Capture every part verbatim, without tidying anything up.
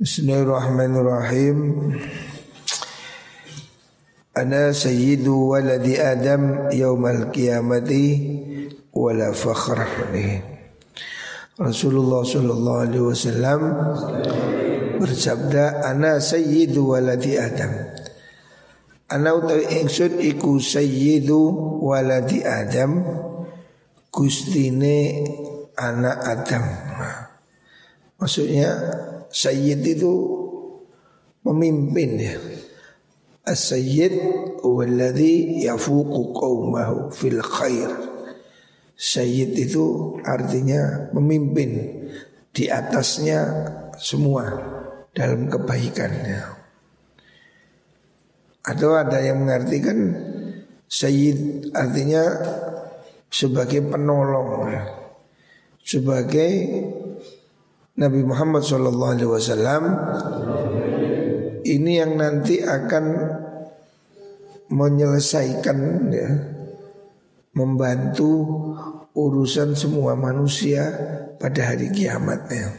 Bismillahirrahmanirrahim. Ana sayyidu waladi Adam yaumal qiyamati wala fakhrah li. Rasulullah sallallahu alaihi wasallam bersabda, ana sayyidu waladi Adam. Ana utawi ingsun iku sayyidu waladi Adam, gustine anak Adam. Maksudnya sayyid itu pemimpin ya. As-sayyid walladhi yafuqu qaumahu fil khair. Sayyid itu artinya pemimpin, di atasnya semua dalam kebaikannya. Atau ada yang mengartikan sayyid artinya sebagai penolong ya. Sebagai Nabi Muhammad shallallahu alaihi wasallam ini yang nanti akan menyelesaikan ya, membantu urusan semua manusia pada hari kiamatnya.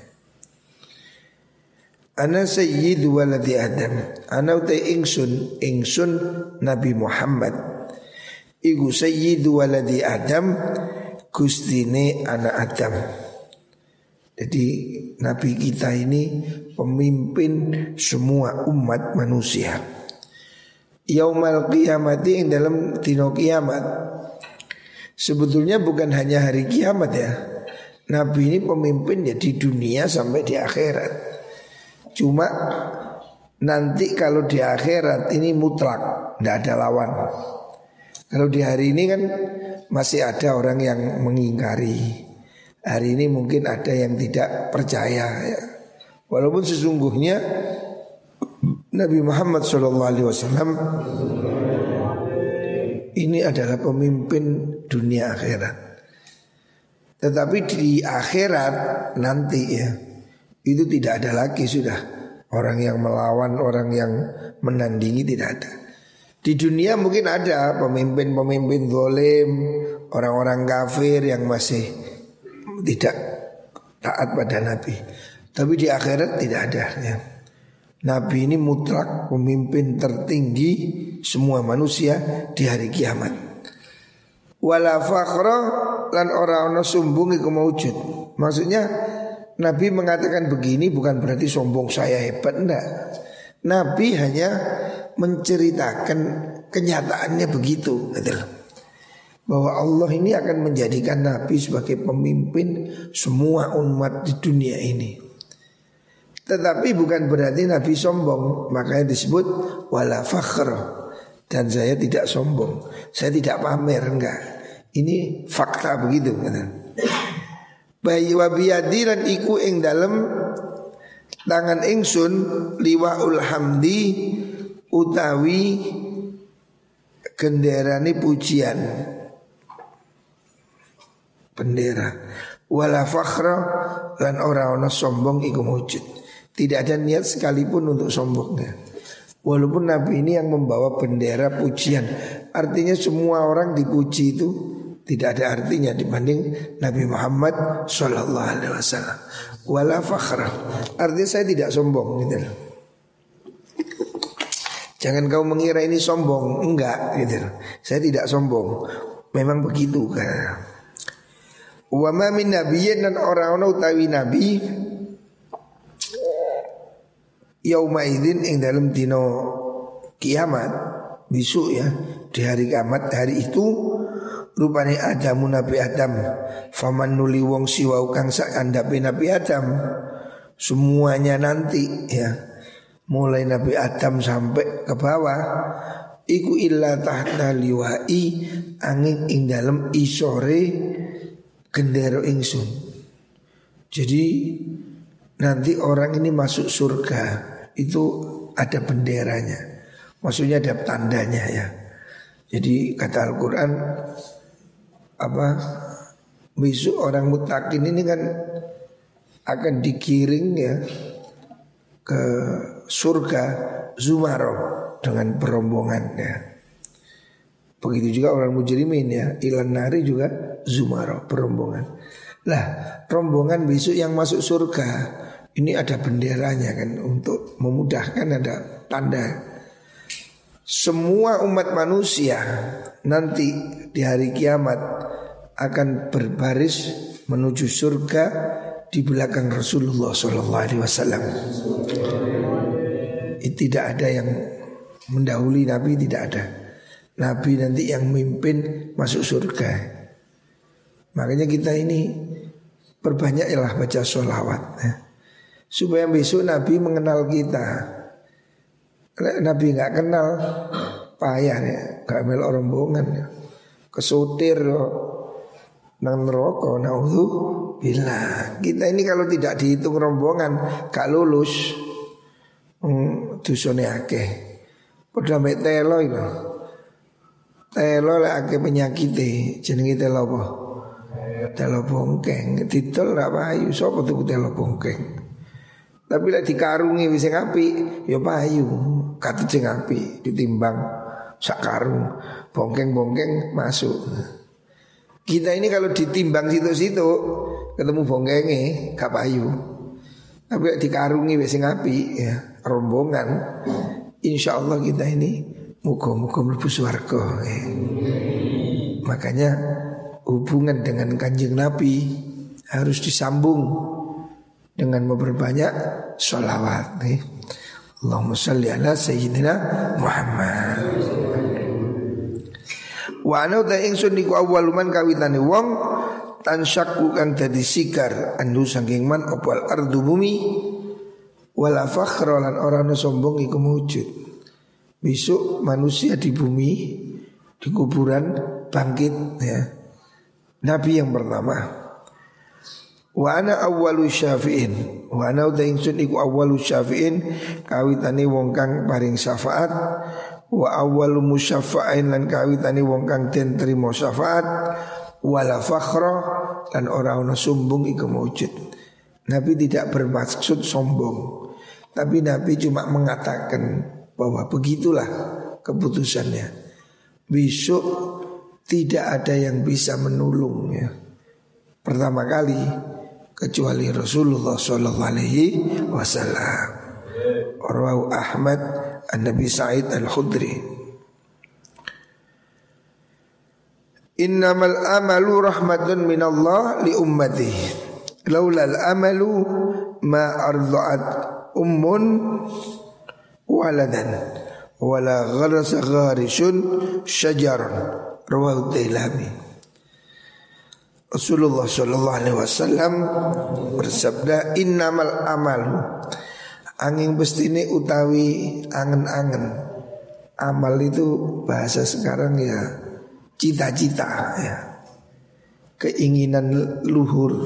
Ana sayyidu waladi Adam. Ana utai ingsun, ingsun Nabi Muhammad. Iku sayyidu waladi Adam, gustine anak Adam. Jadi Nabi kita ini pemimpin semua umat manusia. Yaumal qiyamati yang dalam dino kiamat. Sebetulnya bukan hanya hari kiamat ya. Nabi ini pemimpin ya di dunia sampai di akhirat. Cuma nanti kalau di akhirat ini mutlak, tidak ada lawan. Kalau di hari ini kan masih ada orang yang mengingkari. Hari ini mungkin ada yang tidak percaya ya. Walaupun sesungguhnya Nabi Muhammad shallallahu alaihi wasallam ini adalah pemimpin dunia akhirat. Tetapi di akhirat nanti ya, itu tidak ada lagi sudah orang yang melawan, orang yang menandingi, tidak ada. Di dunia mungkin ada pemimpin-pemimpin zalim, orang-orang kafir yang masih tidak taat pada Nabi. Tapi di akhirat tidak ada ya. Nabi ini mutlak pemimpin tertinggi semua manusia di hari kiamat. Wala fakhra lan ora ana sombong iku maujud. Maksudnya Nabi mengatakan begini bukan berarti sombong saya hebat, enggak. Nabi hanya menceritakan kenyataannya begitu, betul. Bahwa Allah ini akan menjadikan Nabi sebagai pemimpin semua umat di dunia ini. Tetapi bukan berarti Nabi sombong. Makanya disebut wala fakhr. Dan saya tidak sombong, saya tidak pamer, enggak. Ini fakta begitu kan. Bayi wabiyadi lan iku ing dalem tangan ingsun liwaul hamdi utawi genderane pujian, bendera. Wala fakhra lan ora ana sombong iku wujud. Tidak ada niat sekalipun untuk sombongnya. Walaupun Nabi ini yang membawa bendera pujian, artinya semua orang dipuji itu tidak ada artinya dibanding Nabi Muhammad sallallahu alaihi wasallam. Wala fakhra, artinya saya tidak sombong gitu. Jangan kau mengira ini sombong, enggak gitu. Saya tidak sombong. Memang begitu kan. Wa ma min nabiyyin dan orang-orang utawi nabi yauma idzin ing dalam dino kiamat besok ya, di hari kiamat hari itu rupane Adamu Nabi Adam faman nuli wong siwau kang sak andape Nabi Adam semuanya nanti ya, mulai Nabi Adam sampai ke bawah iku illa tahta liwa'i angin ing dalam isore gendero ingsun. Jadi nanti orang ini masuk surga itu ada benderanya, maksudnya ada tandanya ya. Jadi kata Al-Quran apa, besok orang mutakin ini kan akan digiring ya ke surga zumaro dengan berombongannya. Begitu juga orang mujrimin ya, ilan nari juga zumaro, berombongan. Lah rombongan besok yang masuk surga Ini ada benderanya kan, untuk memudahkan ada tanda. Semua umat manusia nanti di hari kiamat akan berbaris menuju surga di belakang Rasulullah shallallahu alaihi wasallam. Tidak ada yang mendahului Nabi, tidak ada. Nabi nanti yang memimpin masuk surga. Makanya kita ini perbanyaklah baca sholawat ya, supaya besok Nabi mengenal kita. Nabi nggak kenal payah ya, nggak melok rombongan ya, kesutir nang neraka. Naudzubillah. Kita ini kalau tidak dihitung rombongan gak lulus. Hmm, dusone akeh. Padha mek telo itu. Telo lek akeh penyakite, jenenge telo apa? Telo bongkeng. Didol ra payu, sapa tuku telo bongkeng. Tapi lek dikarungi wis sing apik, ya payu. Katut sing apik ditimbang sak karung. Bongkeng-bongkeng masuk. Kita ini kalau ditimbang situ-situ ketemu bongkenge gak payu. Tapi dikarungi wis sing apik ya, rombongan. Insyaallah kita ini muga-muga mlebu swarga. Ya. Makanya hubungan dengan Kanjeng Nabi harus disambung dengan memperbanyak sholawat. Ya. Allahumma sholli ala sayyidina Muhammad. Wa ana ta ingsun niku awaluman kawitane wong tansyaku kang dadi sikar anu saking man opal ardu bumi wala fakhra lan ora ana sombong iku wujud. Besok manusia di bumi di kuburan bangkit ya. Nabi yang pertama. Wa ana awwalu syafi'in. Wa ana ta ingsun iku awwalu syafi'in kawitane wong kang paring syafaat. Wa awwalu musyaffa'in lan kawitane wong kang den trimo syafaat. Wala fakhra dan orang orang sombong iku maujud. Nabi tidak bermaksud sombong, tapi Nabi cuma mengatakan bahwa begitulah keputusannya. Besok tidak ada yang bisa menolongnya pertama kali kecuali Rasulullah Sallallahu Alaihi Wasallam. Rawahu Ahmad an-Nabi Sa'id al-Khudri. Innamal amalu rahmatun minallah li ummati. Laulal amalu ma arda'at ummun waladan wala gharasa gharishun syajaran. Rawahu Dailami. Rasulullah sallallahu alaihi wasallam bersabda, innamal amalu, angin bestine utawi angen-angen. Amal itu bahasa sekarang ya cita-cita ya, keinginan luhur,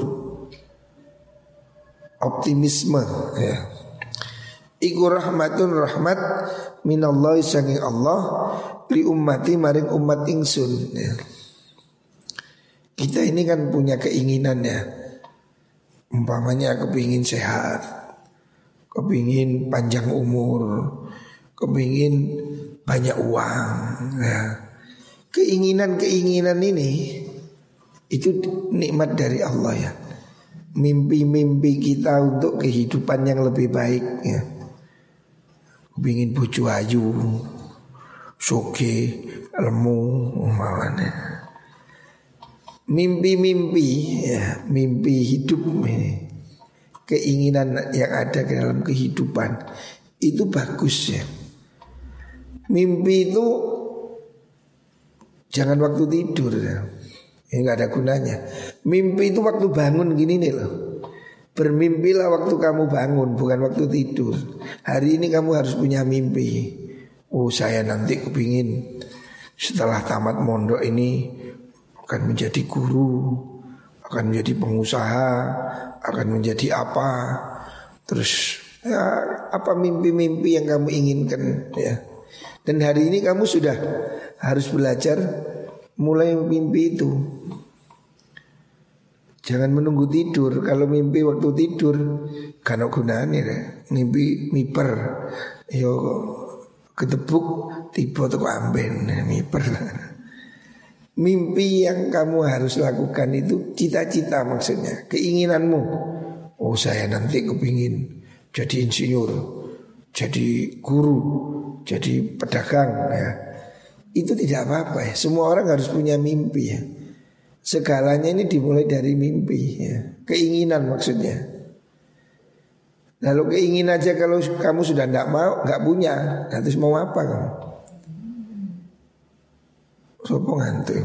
optimisme ya. Iku rahmatun rahmat minallahi saking Allah li ummati maring umat ingsun ya. Kita ini kan punya keinginan ya, umpamanya kepingin sehat, kepingin panjang umur, kepingin banyak uang ya. Keinginan-keinginan ini itu nikmat dari Allah ya. Mimpi-mimpi kita untuk kehidupan yang lebih baik ya. Kepingin bojo ayu, soge, lemu, umpamanya. Mimpi-mimpi ya, mimpi hidup ini. Keinginan yang ada ke dalam kehidupan itu bagus ya. Mimpi itu jangan waktu tidur ya, ya gak ada gunanya. Mimpi itu waktu bangun gini nih loh. Bermimpilah waktu kamu bangun, bukan waktu tidur. Hari ini kamu harus punya mimpi. Oh saya nanti kepingin setelah tamat mondok ini akan menjadi guru, akan menjadi pengusaha, akan menjadi apa. Terus ya, apa mimpi-mimpi yang kamu inginkan ya. Dan hari ini kamu sudah harus belajar mulai mimpi itu. Jangan menunggu tidur. Kalau mimpi waktu tidur kan gunanya ya. Mimpi miper, yo ketepuk tiba tuh amben miper. Mimpi yang kamu harus lakukan itu cita-cita maksudnya, keinginanmu oh saya nanti kepingin jadi insinyur, jadi guru, jadi pedagang ya. Itu tidak apa-apa ya. Semua orang harus punya mimpi ya. Segalanya ini dimulai dari mimpi ya. Keinginan maksudnya. Lalu keinginan aja kalau kamu sudah tidak mau, nggak punya, terus mau apa kamu? Sopo ngantuk.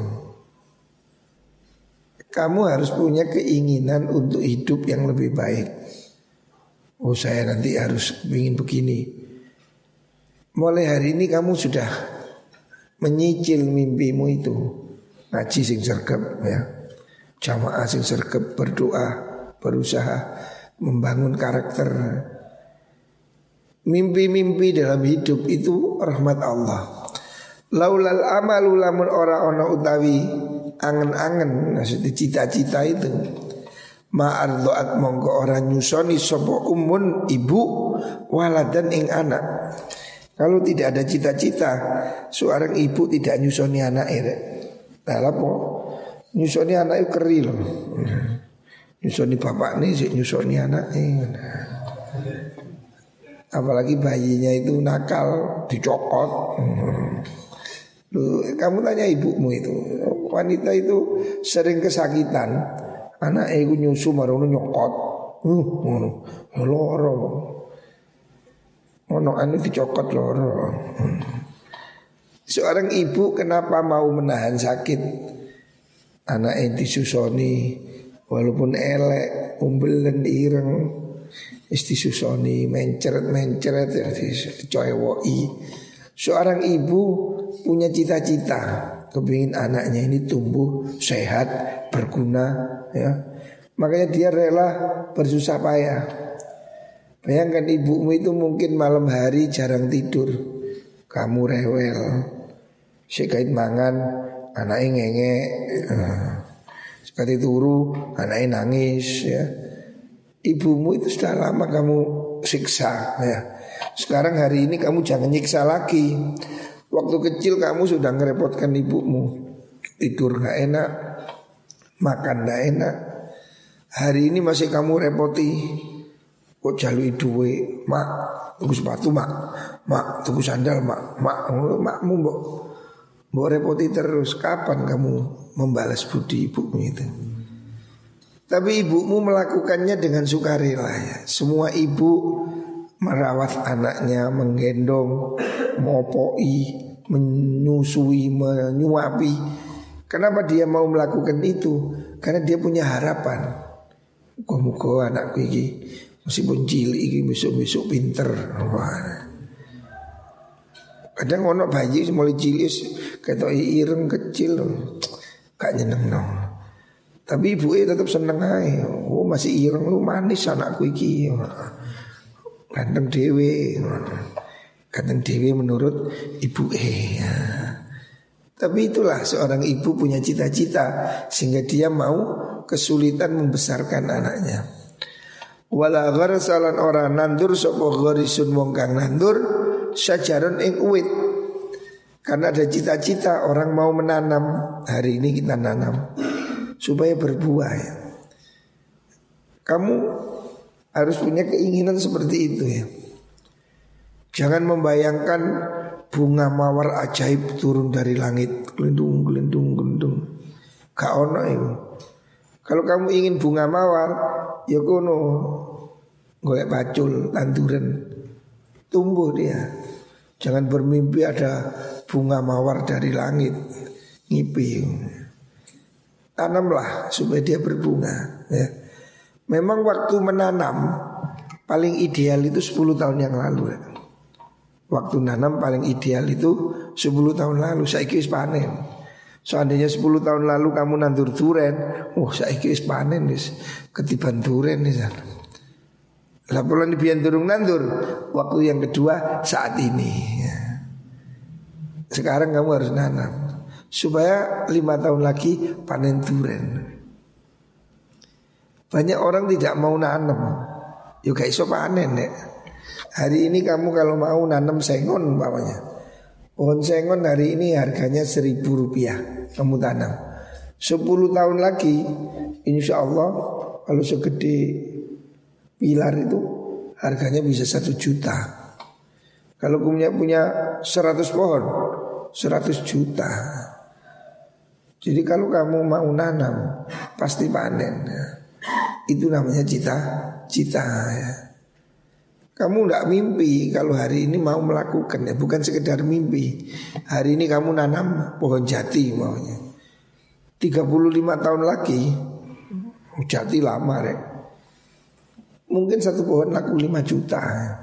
Kamu harus punya keinginan untuk hidup yang lebih baik. Oh saya nanti harus ingin begini. Mulai hari ini kamu sudah menyicil mimpimu itu. Ngaji sing sergap ya, jamaah sing sergap, berdoa, berusaha membangun karakter. Mimpi-mimpi dalam hidup itu rahmat Allah. Laulal amalu lamun ora ono utawi angen-angen, maksudnya cita-cita itu ma'ardoat mongko ora nyusoni sopo umun ibu waladan ing anak. Kalau tidak ada cita-cita, seorang ibu tidak nyusoni anak ini. Nah lapo nyusoni anak itu keri loh. Nyusoni bapak ini sih nyusoni anak ini. Apalagi bayinya itu nakal, dicokot. Loh, kamu tanya ibumu itu, wanita itu sering kesakitan. Anak ibu nyusu marono nyokot, uh, ngono, loro, ngono anu dicokot loro. Seorang ibu kenapa mau menahan sakit anak yang disusoni, walaupun elek, umbelen ireng, istisusoni, menceret-menceret, ya dicoewoi. Seorang ibu punya cita-cita, kepingin anaknya ini tumbuh sehat, berguna ya. Makanya dia rela bersusah payah. Bayangkan ibumu itu mungkin malam hari jarang tidur, kamu rewel, sekait mangan, anaknya ngenge, sekali turu, anaknya nangis ya. Ibumu itu sudah lama kamu siksa ya. Sekarang hari ini kamu jangan nyiksa lagi. Waktu kecil kamu sudah ngerepotkan ibumu, tidur gak enak, makan gak enak. Hari ini masih kamu repoti, kok jalui duwe, mak tuku sepatu mak, mak tuku sandal mak, mak makmu mbok mbok repoti terus. Kapan kamu membalas budi ibumu itu? Tapi ibumu melakukannya dengan sukarela ya. Semua ibu merawat anaknya, menggendong, mopoi, menyusui, menyuapi. Kenapa dia mau melakukan itu? Karena dia punya harapan. Muka-muka anakku ini meskipun cilik ini besok-besok pinter. Kadang ono bayi mulai cilik ketok ireng kecil, gak nyeneng no. Tapi ibu tetap seneng aja. Oh masih ireng, oh, manis anakku ini. Ganteng dewe, ganteng dewe menurut ibu eh. Ya. Tapi itulah seorang ibu punya cita-cita sehingga dia mau kesulitan membesarkan anaknya. Wala gharsalan ora nandur sapa gharisun wong kang nandur syajarun ing uwit. Karena ada cita-cita orang mau menanam, hari ini kita nanam supaya berbuah ya. Kamu harus punya keinginan seperti itu ya. Jangan membayangkan bunga mawar ajaib turun dari langit, gelendung, gelendung, gelendung. Gak ono itu. Kalau kamu ingin bunga mawar, ya kono golek pacul, tanduran, tumbuh dia. Jangan bermimpi ada bunga mawar dari langit, ngipi. Tanamlah supaya dia berbunga ya. Memang waktu menanam paling ideal itu sepuluh tahun yang lalu ya. Waktu nanam paling ideal itu sepuluh tahun lalu. Saiki wis panen. Seandainya sepuluh tahun lalu kamu nandur duren, wah saiki wis panen wis ketiban duren nih. Laporan di biyen durung nandur. Waktu yang kedua saat ini ya. Sekarang kamu harus nanam supaya lima tahun lagi panen duren. Banyak orang tidak mau nanam, yuk gak iso panen ya. Hari ini kamu kalau mau nanam sengon bawahnya, pohon sengon hari ini harganya seribu rupiah. Kamu tanam sepuluh tahun lagi, insya Allah kalau segede pilar itu harganya bisa satu juta. Kalau punya punya seratus pohon, seratus juta. Jadi kalau kamu mau nanam pasti panen ya. Itu namanya cita-cita ya. Kamu tidak mimpi kalau hari ini mau melakukan ya, bukan sekedar mimpi. Hari ini kamu nanam pohon jati maunya. tiga puluh lima tahun lagi jati lama rek. Mungkin satu pohon laku lima juta.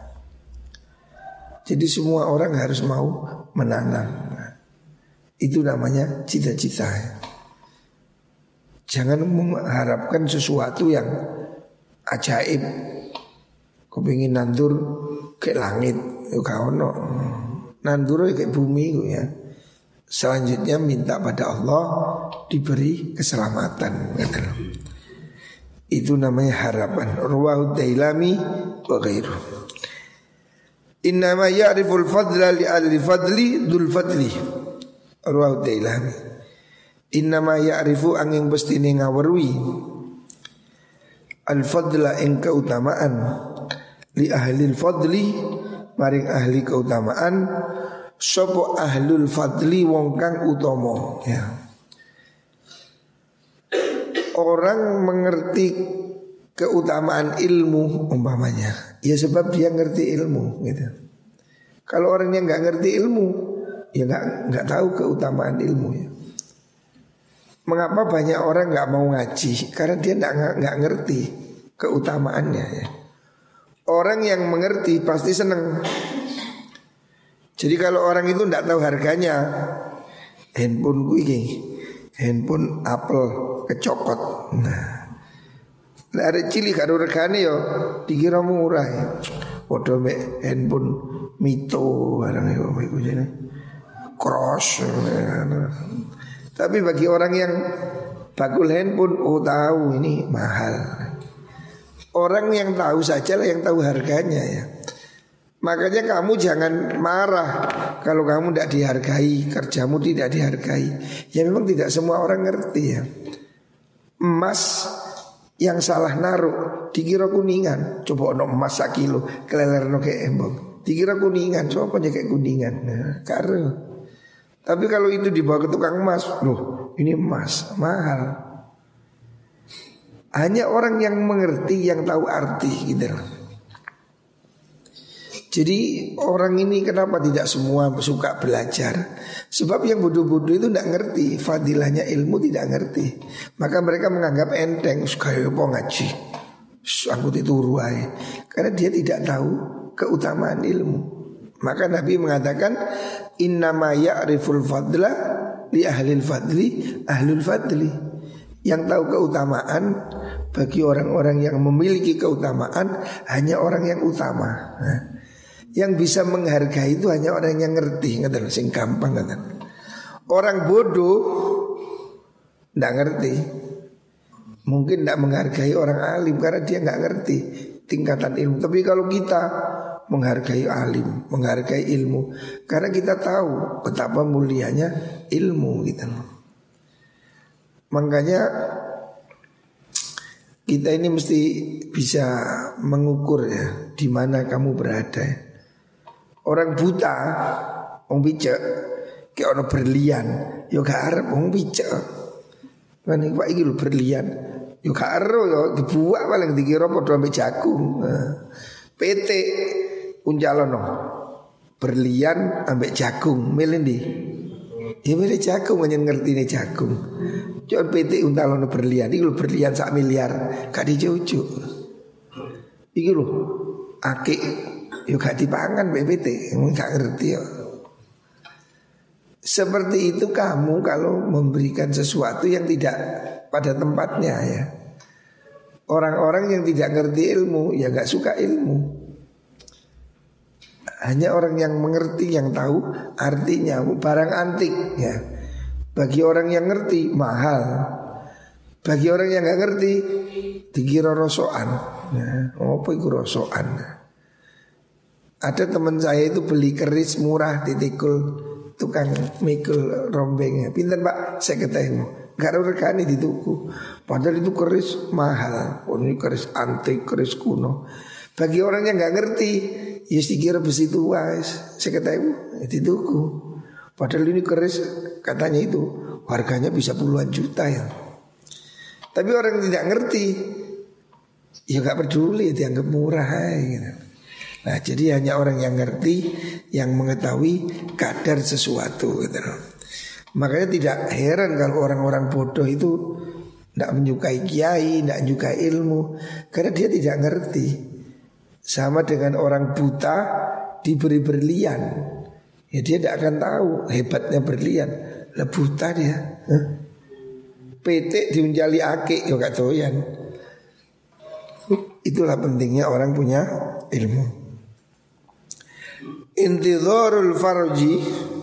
Jadi semua orang harus mau menanam. Itu namanya cita-cita. Jangan mengharapkan sesuatu yang ajaib. Kau pengen nandur ke langit, ya kau no. Nandur ke bumi ya. Selanjutnya minta pada Allah diberi keselamatan. Itu namanya harapan. Ruwahu Dailami wa ghairu. Innama ya'riful fadla li ahli fadli dul fadli. Ruwahu Dailami. Innama ya'rifu angin bestine ngawerwi al-fadla ing keutamaan li ahli fadli maring ahli keutamaan sapa ahlul fadli wong kang utama ya. Orang mengerti keutamaan ilmu umpamanya ya sebab dia ngerti ilmu gitu. Kalau orangnya nggak ngerti ilmu ya nggak nggak tahu keutamaan ilmu ya. Mengapa banyak orang nggak mau ngaji? Karena dia nggak nggak ngerti keutamaannya ya. Orang yang mengerti pasti seneng. Jadi kalau orang itu nggak tahu harganya, handphone gue ini, handphone Apple kecokot. Nah, ada cili kado regane yo, dikira murah ya. Waduh me handphone Mito barang itu, begitu jadi cross. Tapi bagi orang yang bakul handphone, oh tahu ini mahal. Orang yang tahu saja lah yang tahu harganya ya. Makanya kamu jangan marah kalau kamu tidak dihargai, kerjamu tidak dihargai. Ya memang tidak semua orang ngerti ya. Emas yang salah naruh dikira kuningan. Coba ono emas sak kilo kelelerno kayak embong. Dikira kuningan, coba aja kayak kuningan. Nah, karo. Tapi kalau itu dibawa ke tukang emas, loh ini emas mahal. Hanya orang yang mengerti, yang tahu arti gitu. Jadi orang ini kenapa tidak semua suka belajar? Sebab yang bodoh-bodoh itu tidak ngerti fadilahnya ilmu, tidak ngerti. Maka mereka menganggap enteng, sekaya apa ngaji, aku itu ruai. Karena dia tidak tahu keutamaan ilmu. Maka Nabi mengatakan innama ya'riful fadla li ahlil fadli ahlul fadli. Yang tahu keutamaan bagi orang-orang yang memiliki keutamaan hanya orang yang utama. Nah, yang bisa menghargai itu hanya orang yang ngerti, ngeten sing gampang ngeten. Orang bodoh ndak ngerti. Mungkin ndak menghargai orang alim karena dia nggak ngerti tingkatan ilmu. Tapi kalau kita menghargai alim, menghargai ilmu karena kita tahu betapa mulianya ilmu gitu. Makanya kita ini mesti bisa mengukur ya di mana kamu berada. Orang buta, wong picek, kayak orang berlian, yo gak arep wong picek. Kan iki Pak iki lho berlian, yo gak arep yo dibuak paling dikira padha ambek jagung. P T Unjalono berlian ambek jagung milih ndi? Ya milih jagung menyen ngertine jagung. Jon P T Unjalono berlian iki lho berlian sak miliar gak dicucuk. Iki lho akik yo gak dipangan B P T, gak ngerti yo. Seperti itu kamu kalau memberikan sesuatu yang tidak pada tempatnya ya. Orang-orang yang tidak ngerti ilmu ya gak suka ilmu. Hanya orang yang mengerti, yang tahu artinya. Barang antik ya, bagi orang yang ngerti mahal. Bagi orang yang gak ngerti dikira rosokan ya. Apa itu rosokan? Ada teman saya itu beli keris murah di tikul tukang mikul rombengnya. Pinten Pak? Saya ketahui Gak regane dituku. Padahal itu keris mahal. Oh, ini keris antik, keris kuno. Bagi orang yang gak ngerti, ya dikira besi tua, sekitar itu dituku. Padahal ini keris katanya itu harganya bisa puluhan juta ya. Tapi orang yang tidak ngerti, ya gak peduli, dianggap murah gitu. Nah jadi hanya orang yang ngerti, yang mengetahui kadar sesuatu gitu. Makanya tidak heran kalau orang-orang bodoh itu tidak menyukai kiai, tidak menyukai ilmu, karena dia tidak ngerti. Sama dengan orang buta diberi berlian, ya dia tidak akan tahu hebatnya berlian. Lah buta dia, huh? Petik diunjali akik, ya gak doyan. Itulah pentingnya orang punya ilmu. Intidharul farji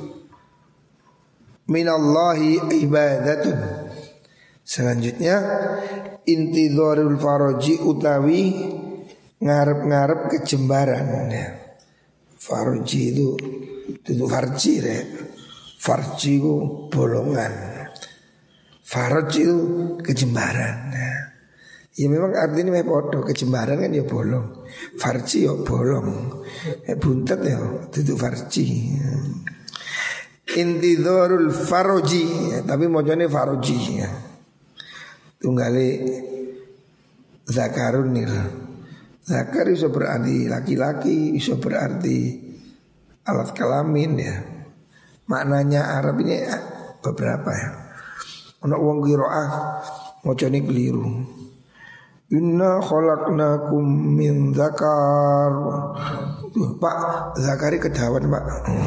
minallahi ibadatun. Selanjutnya intidharul farji utawi ngarep-ngarep kejembaran. Farji itu itu farji ya. Farji itu bolongan. Farj itu kejembaran. Ya memang artinya memang bodoh. Kejembaran kan ya bolong. Farji ya bolong. Ya buntet ya itu farji. Intidharul farji ya, tapi mocone farji ya. Tunggale zakarunil. Zakar iso berarti laki-laki, iso berarti alat kelamin ya. Maknanya Arab ini beberapa ya. Ana wong qiraah macane keliru. Inna khalaqnakum min zakar. Tuh, Pak, zakari kedawan, Pak.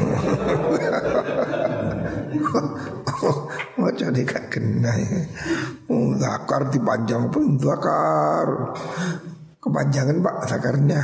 Macane gak kena. Zakar dipanjang pun zakar. Kepanjangan Pak zakarnya.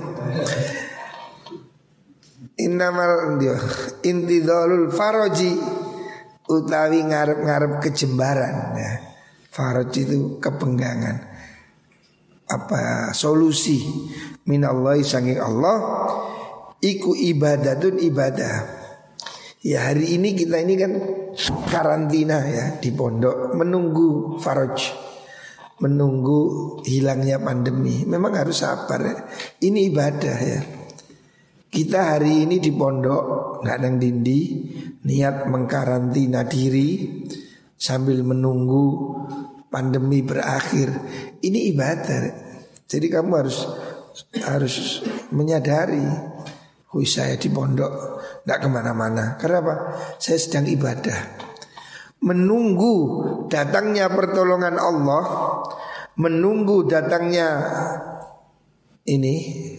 Innamal dia intidhalul faraji utawi ngarep-ngarep kejembaran ya. Faraj itu kepenggangan. Apa solusi minallahi sanging Allah iku ibadatun ibadah. Ya hari ini kita ini kan karantina ya di pondok menunggu faraj, menunggu hilangnya pandemi. Memang harus sabar ya. Ini ibadah ya. Kita hari ini di pondok nggak nang dindi, niat mengkarantina diri sambil menunggu pandemi berakhir. Ini ibadah. Jadi kamu harus harus menyadari, hui saya di pondok nggak kemana-mana. Karena apa? Saya sedang ibadah, menunggu datangnya pertolongan Allah, menunggu datangnya ini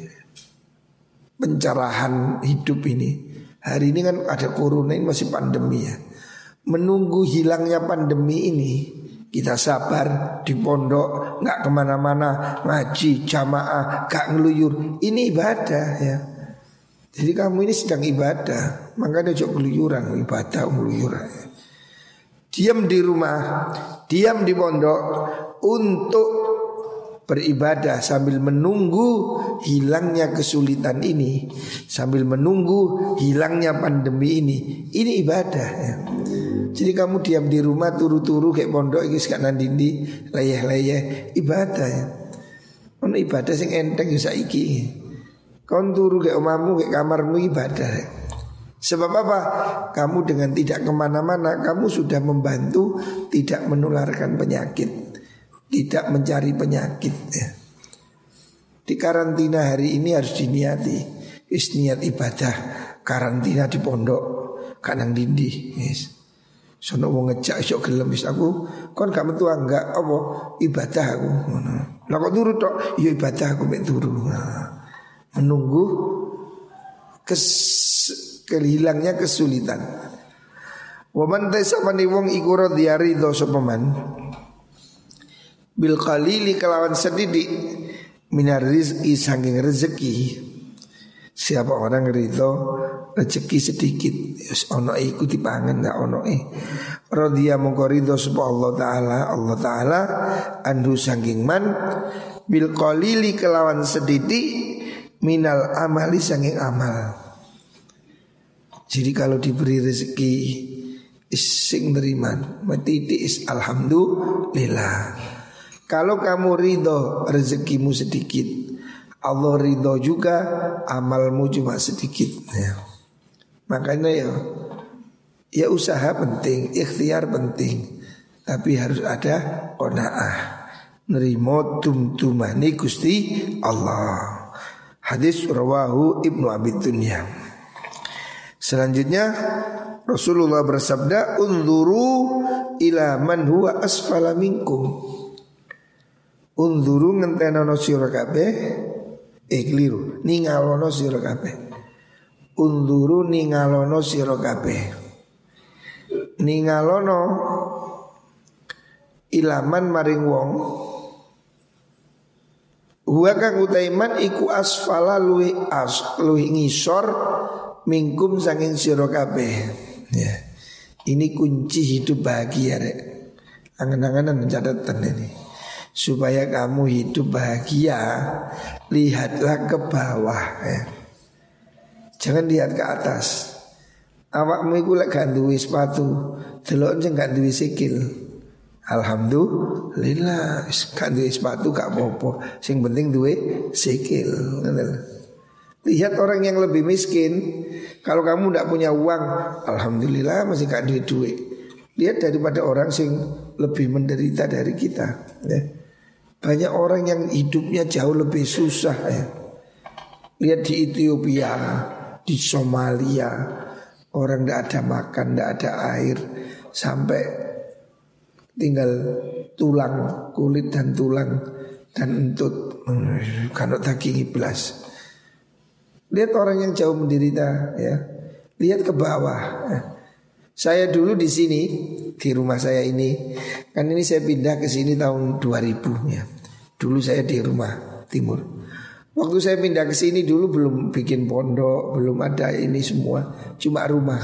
pencerahan hidup ini. Hari ini kan ada corona, ini masih pandemi ya. Menunggu hilangnya pandemi ini, kita sabar di pondok, nggak kemana-mana, ngaji, jamaah, gak ngeluyur. Ini ibadah ya. Jadi kamu ini sedang ibadah, makanya jauh keluyuran, ibadah ngeluyuran. Diam di rumah, diam di pondok untuk beribadah sambil menunggu hilangnya kesulitan ini, sambil menunggu hilangnya pandemi ini. Ini ibadah ya. Jadi kamu diam di rumah turu-turu kayak pondok iki gak nandindi leyeh-leyeh ibadah ya. Ono ibadah sing enteng ya saiki. Kon turu kayak omamu kayak kamarmu ibadah ya. Sebab apa? Kamu dengan tidak kemana-mana, kamu sudah membantu tidak menularkan penyakit, tidak mencari penyakit ya. Di karantina hari ini harus diniati, is niat ibadah karantina di pondok kanang dindi yes. Sono wong ngejak isok gelem wis aku kon gak metu enggak apa ibadah aku ngono. Lah kok turu tok ya ibadah aku mek turu. Nah, menunggu kes kehilangnya kesulitan. Wa man tasabani wong iku radhiyari do sopaman bil qalili kelawan sedidik minar rizki saking rezeki. Siapa orang ridho rezeki sedikit yes, ono iku dipangan ndak ono eh radhiya mongko ridho sapa Allah taala Allah taala andu saking man bil qalili kelawan sedidik minal amali saking amal. Jadi kalau diberi rezeki sing neriman, metitik is alhamdulillah. Kalau kamu ridho rezekimu sedikit, Allah ridho juga amalmu cuma sedikit ya. Makanya ya ya usaha penting, ikhtiar penting, tapi harus ada qanaah, nerimo tum-tumani Gusti Allah. Hadis rawahu Ibnu Abi Dunya. Selanjutnya Rasulullah bersabda, unzuru ila man huwa asfala minkum. Unzuru ngentenono sira kabeh, eh keliru, ningalono sira kabeh. Unzuru ningalono sira kabeh. Ningalono ilaman maring wong. Huwa kang utaiman iku asfala luwi as luwi ngisor mingkum saking sira kabeh. Ya. Ini kunci hidup bahagia rek. Angen-angenan catatan ini. Supaya kamu hidup bahagia, lihatlah ke bawah ya. Jangan lihat ke atas. Awakmu iku lek gak duwe sepatu, delok sing gak duwe sikil. Alhamdulillah, gak duwe sepatu gak apa-apa. Sing penting duwe sikil. Lihat orang yang lebih miskin. Kalau kamu tidak punya uang, alhamdulillah masih gak duwe duit. Lihat daripada orang sing lebih menderita dari kita ya. Banyak orang yang hidupnya jauh lebih susah ya. Lihat di Ethiopia, di Somalia, orang tidak ada makan, tidak ada air, sampai tinggal tulang, kulit dan tulang dan entut, kanok daging iblas. Lihat orang yang jauh menderita ya. Lihat ke bawah ya. Saya dulu di sini, di rumah saya ini, kan ini saya pindah ke sini tahun dua ribu ya. Dulu saya di rumah timur. Waktu saya pindah ke sini dulu belum bikin pondok, belum ada ini semua, cuma rumah.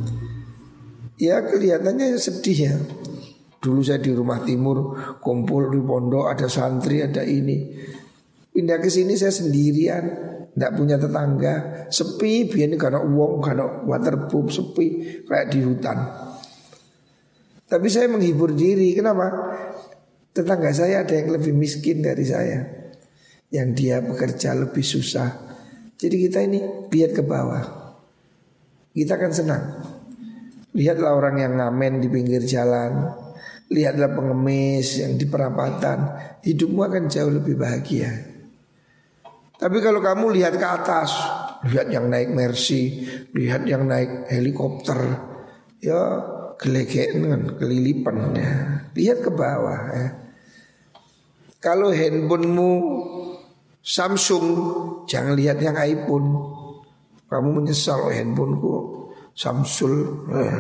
Ya kelihatannya sedih ya. Dulu saya di rumah timur, kumpul di pondok, ada santri, ada ini. Pindah ke sini saya sendirian, tidak punya tetangga, sepi, biar karena uang, karena waterproof, sepi, kayak di hutan. Tapi saya menghibur diri, kenapa? Tetangga saya ada yang lebih miskin dari saya, yang dia bekerja lebih susah. Jadi kita ini lihat ke bawah, kita akan senang. Lihatlah orang yang ngamen di pinggir jalan, lihatlah pengemis yang di perapatan, hidupmu akan jauh lebih bahagia. Tapi kalau kamu lihat ke atas, lihat yang naik Mercy, lihat yang naik helikopter, ya gelegean, kelilipan ya. Lihat ke bawah ya. Kalau handphonemu Samsung, jangan lihat yang iPhone. Kamu menyesal, oh handphoneku Samsung ya.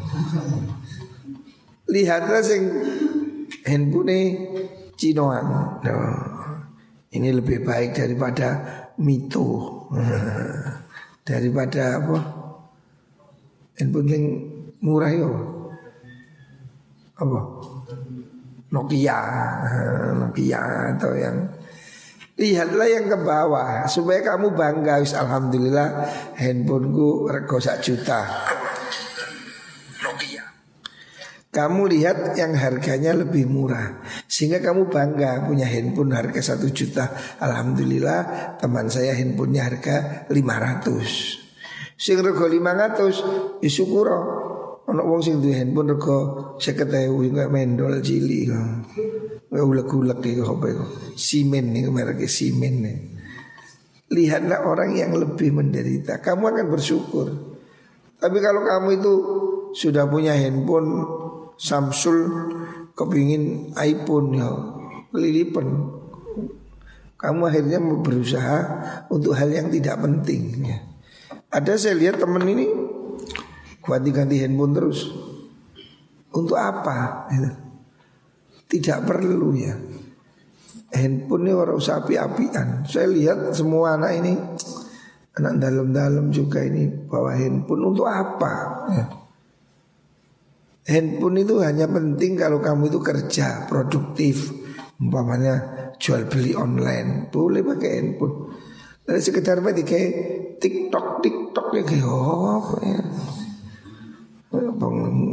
Lihatlah sing handphone Cinoan no. Ini lebih baik daripada Mito, daripada apa? Handphone yang murah yo, apa? Nokia, Nokia atau yang. Lihatlah yang ke bawah supaya kamu bangga. Alhamdulillah handphoneku rego sak juta. Nokia. Kamu lihat yang harganya lebih murah, sehingga kamu bangga punya handphone harga satu juta. Alhamdulillah teman saya handphonenya harga lima ratus. Sing rego lima ratus syukur. Ono wong sing duwe handphone rego seket ewu kok mendol cilik kok. Ulek-ulek iki apa iku? Simen nih merek Simen nih. Lihatlah orang yang lebih menderita, kamu akan bersyukur. Tapi kalau kamu itu sudah punya handphone Samsung, kepingin iPhone ya kelilipan, kamu akhirnya berusaha untuk hal yang tidak penting ya. Ada saya lihat teman ini ganti-ganti handphone terus. Untuk apa? Tidak perlu ya. Handphone ini orang usah api-apian. Saya lihat semua anak ini, anak dalam-dalam juga ini bawa handphone untuk apa ya. Handphone itu hanya penting kalau kamu itu kerja produktif, umpamanya jual beli online, boleh pakai handphone. Dari sekedar pakai TikTok TikTok ya kayak oh ya.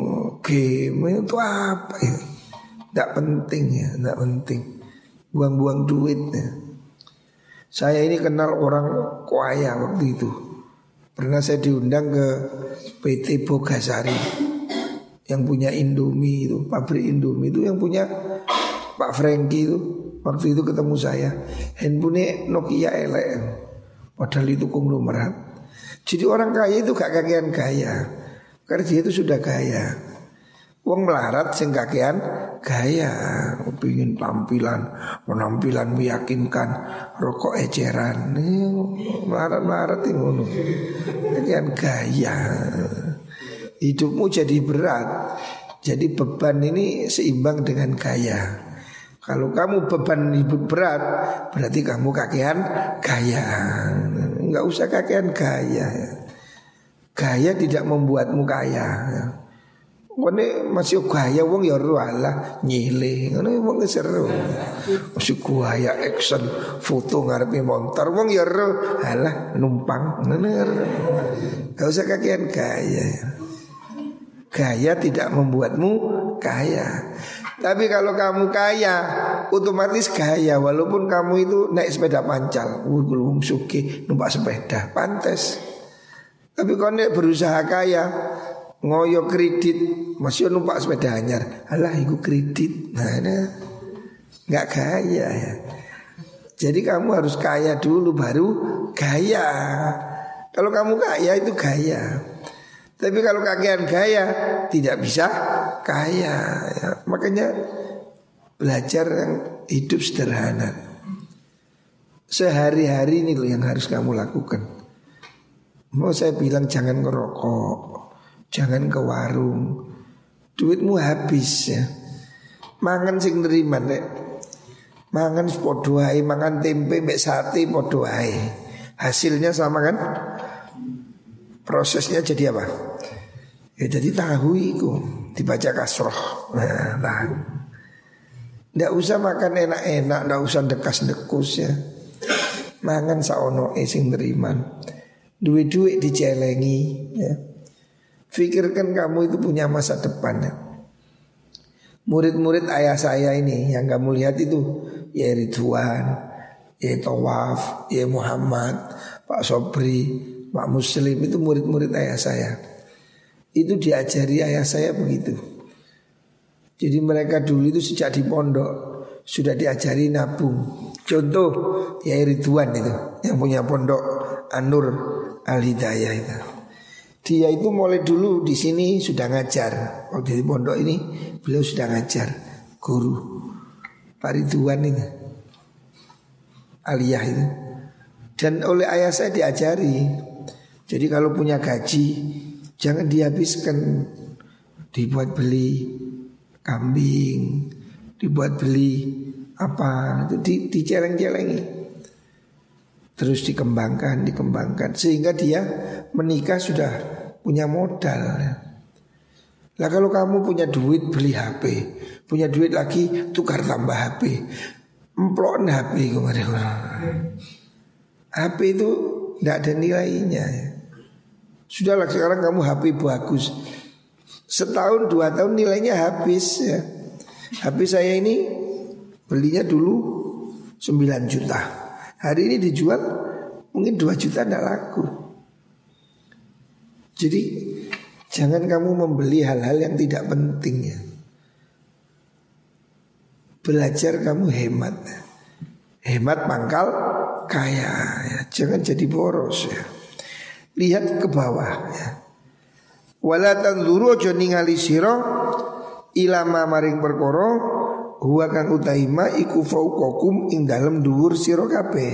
game itu apa ini? Tidak penting ya, tidak penting. Buang-buang duitnya. Saya ini kenal orang kaya waktu itu. Pernah saya diundang ke P T Bogasari yang punya Indomie itu, pabrik Indomie itu yang punya Pak Franky itu. Waktu itu ketemu saya, handphone Nokia elek, padahal itu konglomerat. Jadi orang kaya itu gak kakean gaya, karena dia itu sudah kaya. Wong melarat sing kakean gaya, pengin tampilan, penampilan meyakinkan, rokok eceran, melarat-melarat itu ngono. Kakean gaya. Hidupmu jadi berat. Jadi beban ini seimbang dengan gaya. Kalau kamu beban hidup berat, berarti kamu kakean gaya. Enggak usah kakean gaya. Gaya tidak membuatmu kaya. Wone masih gaya wong ya ora lah nyile, ngono wong seru. Masih gaya action foto ngarepe montor wong ya ora halah numpang. Ngono. Enggak usah kakean gaya. Gaya tidak membuatmu kaya. Tapi kalau kamu kaya, otomatis gaya. Walaupun kamu itu naik sepeda pancal, wong sugih numpak sepeda, pantes. Tapi kalau nek berusaha kaya, ngoyo kredit, masih numpak sepeda anyar, alah iku kredit. Nah, nah nggak kaya ya. Jadi kamu harus kaya dulu baru gaya. Kalau kamu kaya itu gaya. Tapi kalau kakean gaya tidak bisa kaya ya. Makanya belajar yang hidup sederhana. Sehari-hari ini loh yang harus kamu lakukan. Mau saya bilang jangan ngerokok, jangan ke warung, duitmu habis ya. Mangan sing neriman nek. Mangan podo ae, mangan tempe mbek sate podo ae. Hasilnya sama kan? Prosesnya jadi apa? Ya jadi tahu itu dibaca kasroh. Nah, nah. Nggak usah makan enak-enak, nggak usah dekas-dekus ya. Mangan saono e sing neriman. Duit-duit dicelengi ya. Pikirkan kamu itu punya masa depan ya. Murid-murid ayah saya ini yang kamu lihat itu, ya Ridwan, ya Tawaf, ya Muhammad, Pak Sobri, Pak Muslim, itu murid-murid ayah saya. Itu diajari ayah saya begitu. Jadi mereka dulu itu sejak di pondok sudah diajari nabung. Contoh ya Ridwan itu yang punya pondok An-Nur Al-Hidayah itu. Dia itu mulai dulu di sini sudah ngajar. Waktu di pondok ini beliau sudah ngajar, guru Pak Ridwan ini, aliyah itu. Dan oleh ayah saya diajari. Jadi kalau punya gaji jangan dihabiskan, dibuat beli kambing, dibuat beli apa, itu di, diceleng-celengi. Terus dikembangkan, dikembangkan sehingga dia menikah sudah punya modal. Lah kalau kamu punya duit beli H P, punya duit lagi tukar tambah H P, emplon H P kemarin. H P itu tidak ada nilainya ya. Sudahlah sekarang kamu H P bagus, setahun dua tahun nilainya habis ya. H P saya ini belinya dulu sembilan juta, hari ini dijual mungkin dua juta tidak laku. Jadi jangan kamu membeli hal-hal yang tidak penting ya. Belajar kamu hemat, hemat pangkal kaya ya. Jangan jadi boros ya. Lihat ke bawah ya. Wala tanzuru aja ningali sira ilama maring perkara huwa kang utaima iku fauqakum ing dalem dhuwur sira kabeh.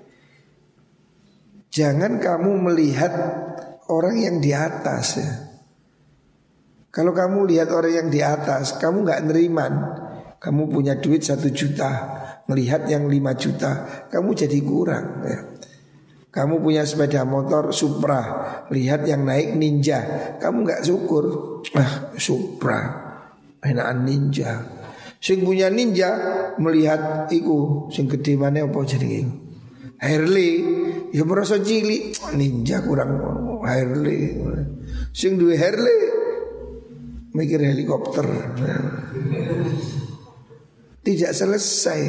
Jangan kamu melihat orang yang di atas ya. Kalau kamu lihat orang yang di atas, kamu nggak neriman. Kamu punya duit satu juta, melihat yang lima juta, kamu jadi kurang ya. Kamu punya sepeda motor Supra, lihat yang naik Ninja, kamu nggak syukur. Ah, Supra, enakan Ninja. Sing punya Ninja melihat iku sing gede mana apa jenenge Harley, ya merasa cilik. Ninja kurang Harley. Sing duwe Harley mikir helikopter. Tidak selesai.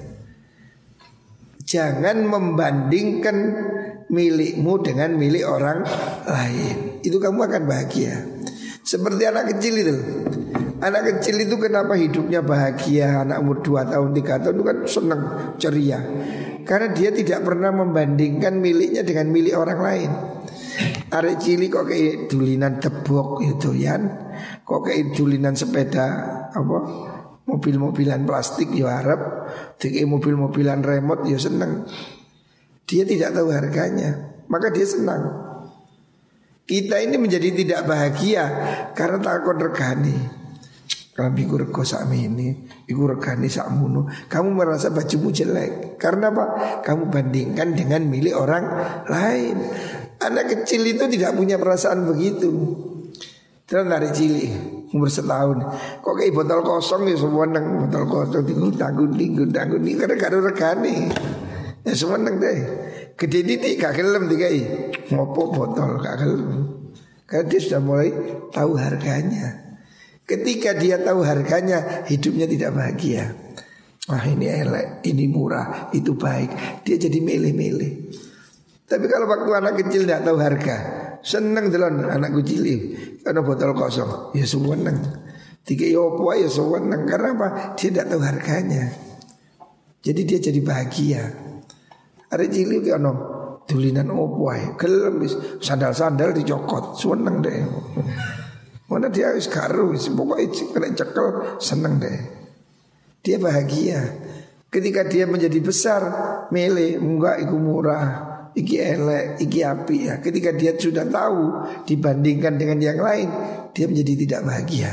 Jangan membandingkan milikmu dengan milik orang lain. Itu kamu akan bahagia. Seperti anak kecil itu. Anak kecil itu kenapa hidupnya bahagia? Anak umur dua tahun, tiga tahun itu kan senang, ceria. Karena dia tidak pernah membandingkan miliknya dengan milik orang lain. Arek cilik kok kayak dulinan tebok itu ya, kok kayak dulinan sepeda apa, mobil-mobilan plastik ya harap, kayak mobil-mobilan remote ya senang. Dia tidak tahu harganya, maka dia senang. Kita ini menjadi tidak bahagia karena takut regani. Kalau iku rego sakmi ini, iku regani sakmono, kamu merasa bajumu jelek. Karena apa? Kamu bandingkan dengan milik orang lain. Anak kecil itu tidak punya perasaan begitu. Terus dari cilik umur setahun, kok kayak botol kosong ya semua neng botol kosong tinggal tanggung tinggal tanggung nih karena kado regani. Ya semua neng deh. Gede titik gak gelem dikai ngopo botol gak gelem. Karena dia sudah mulai tahu harganya. Ketika dia tahu harganya, hidupnya tidak bahagia. Wah ini elek, ini murah, itu baik. Dia jadi milih-milih. Tapi kalau waktu anak kecil tidak tahu harga, seneng jalan anak kecil karena botol kosong, ya seneng. Tiga yopo ya seneng. Karena apa? Dia tidak tahu harganya. Jadi dia jadi bahagia. Ada cilik kan tulinan opo ae, gelem sandal-sandal dicokot, seneng deh. Mana dia wis karo wis pokoknya kena cekel seneng deh. Dia bahagia. Ketika dia menjadi besar, milih enggak iku murah, iki elek, iki api ya. Ketika dia sudah tahu dibandingkan dengan yang lain, dia menjadi tidak bahagia.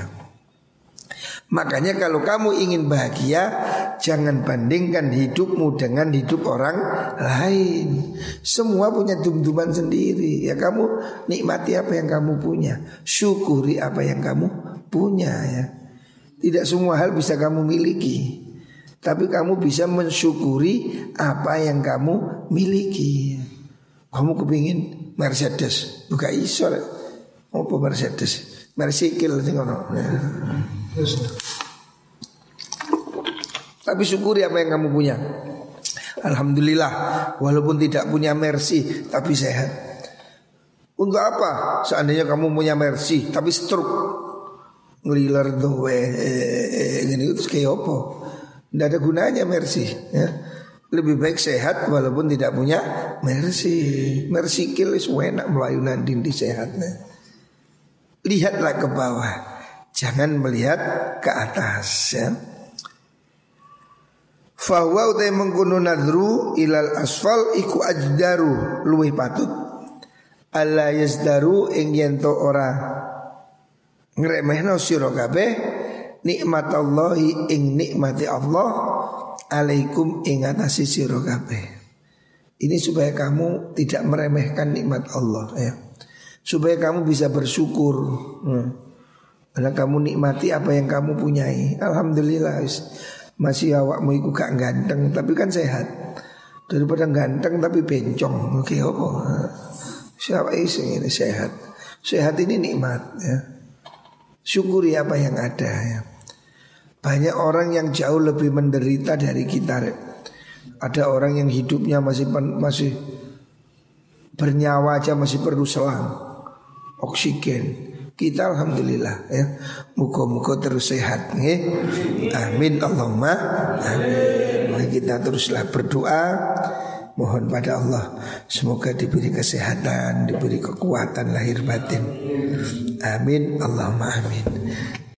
Makanya kalau kamu ingin bahagia, jangan bandingkan hidupmu dengan hidup orang lain. Semua punya dum-duman sendiri. Ya kamu nikmati apa yang kamu punya, syukuri apa yang kamu punya ya. Tidak semua hal bisa kamu miliki, tapi kamu bisa mensyukuri apa yang kamu miliki. Kamu kepingin Mercedes, juga iso. Apa Mercedes? Mersikil sing ngono. Tapi syukuri apa yang kamu punya. Alhamdulillah, walaupun tidak punya Mercy tapi sehat. Untuk apa? Seandainya kamu punya Mercy tapi stroke, ngeliler dowe, gini itu kayak apa? Tidak ada gunanya Mercy. Ya. Lebih baik sehat walaupun tidak punya Mercy. Mercy kill is enak melayu nandin di sehatnya. Lihatlah ke bawah, jangan melihat ke atas ya. Fahuwa utai mengkuno nadru ilal asfal iku ajdaru luwih patut. Alla yazdaru ing yento ora ngremehno sira kabeh nikmatallahi ing nikmati Allah alaikum ing atase sira kabeh. Ini supaya kamu tidak meremehkan nikmat Allah ya. Supaya kamu bisa bersyukur. Hmm. Karena kamu nikmati apa yang kamu punyai. Alhamdulillah masih awakmu iku gak ganteng tapi kan sehat. Daripada ganteng tapi bencong. Oke apa? Siapa sing ini sehat? Sehat ini nikmat ya. Syukuri apa yang ada ya. Banyak orang yang jauh lebih menderita dari kita. Ada orang yang hidupnya masih masih bernyawa aja masih perlu selang oksigen. Kita alhamdulillah ya. Muka-muka terus sehat ya. Amin Allahumma amin. Mari kita teruslah berdoa, mohon pada Allah semoga diberi kesehatan, diberi kekuatan lahir batin. Amin Allahumma amin.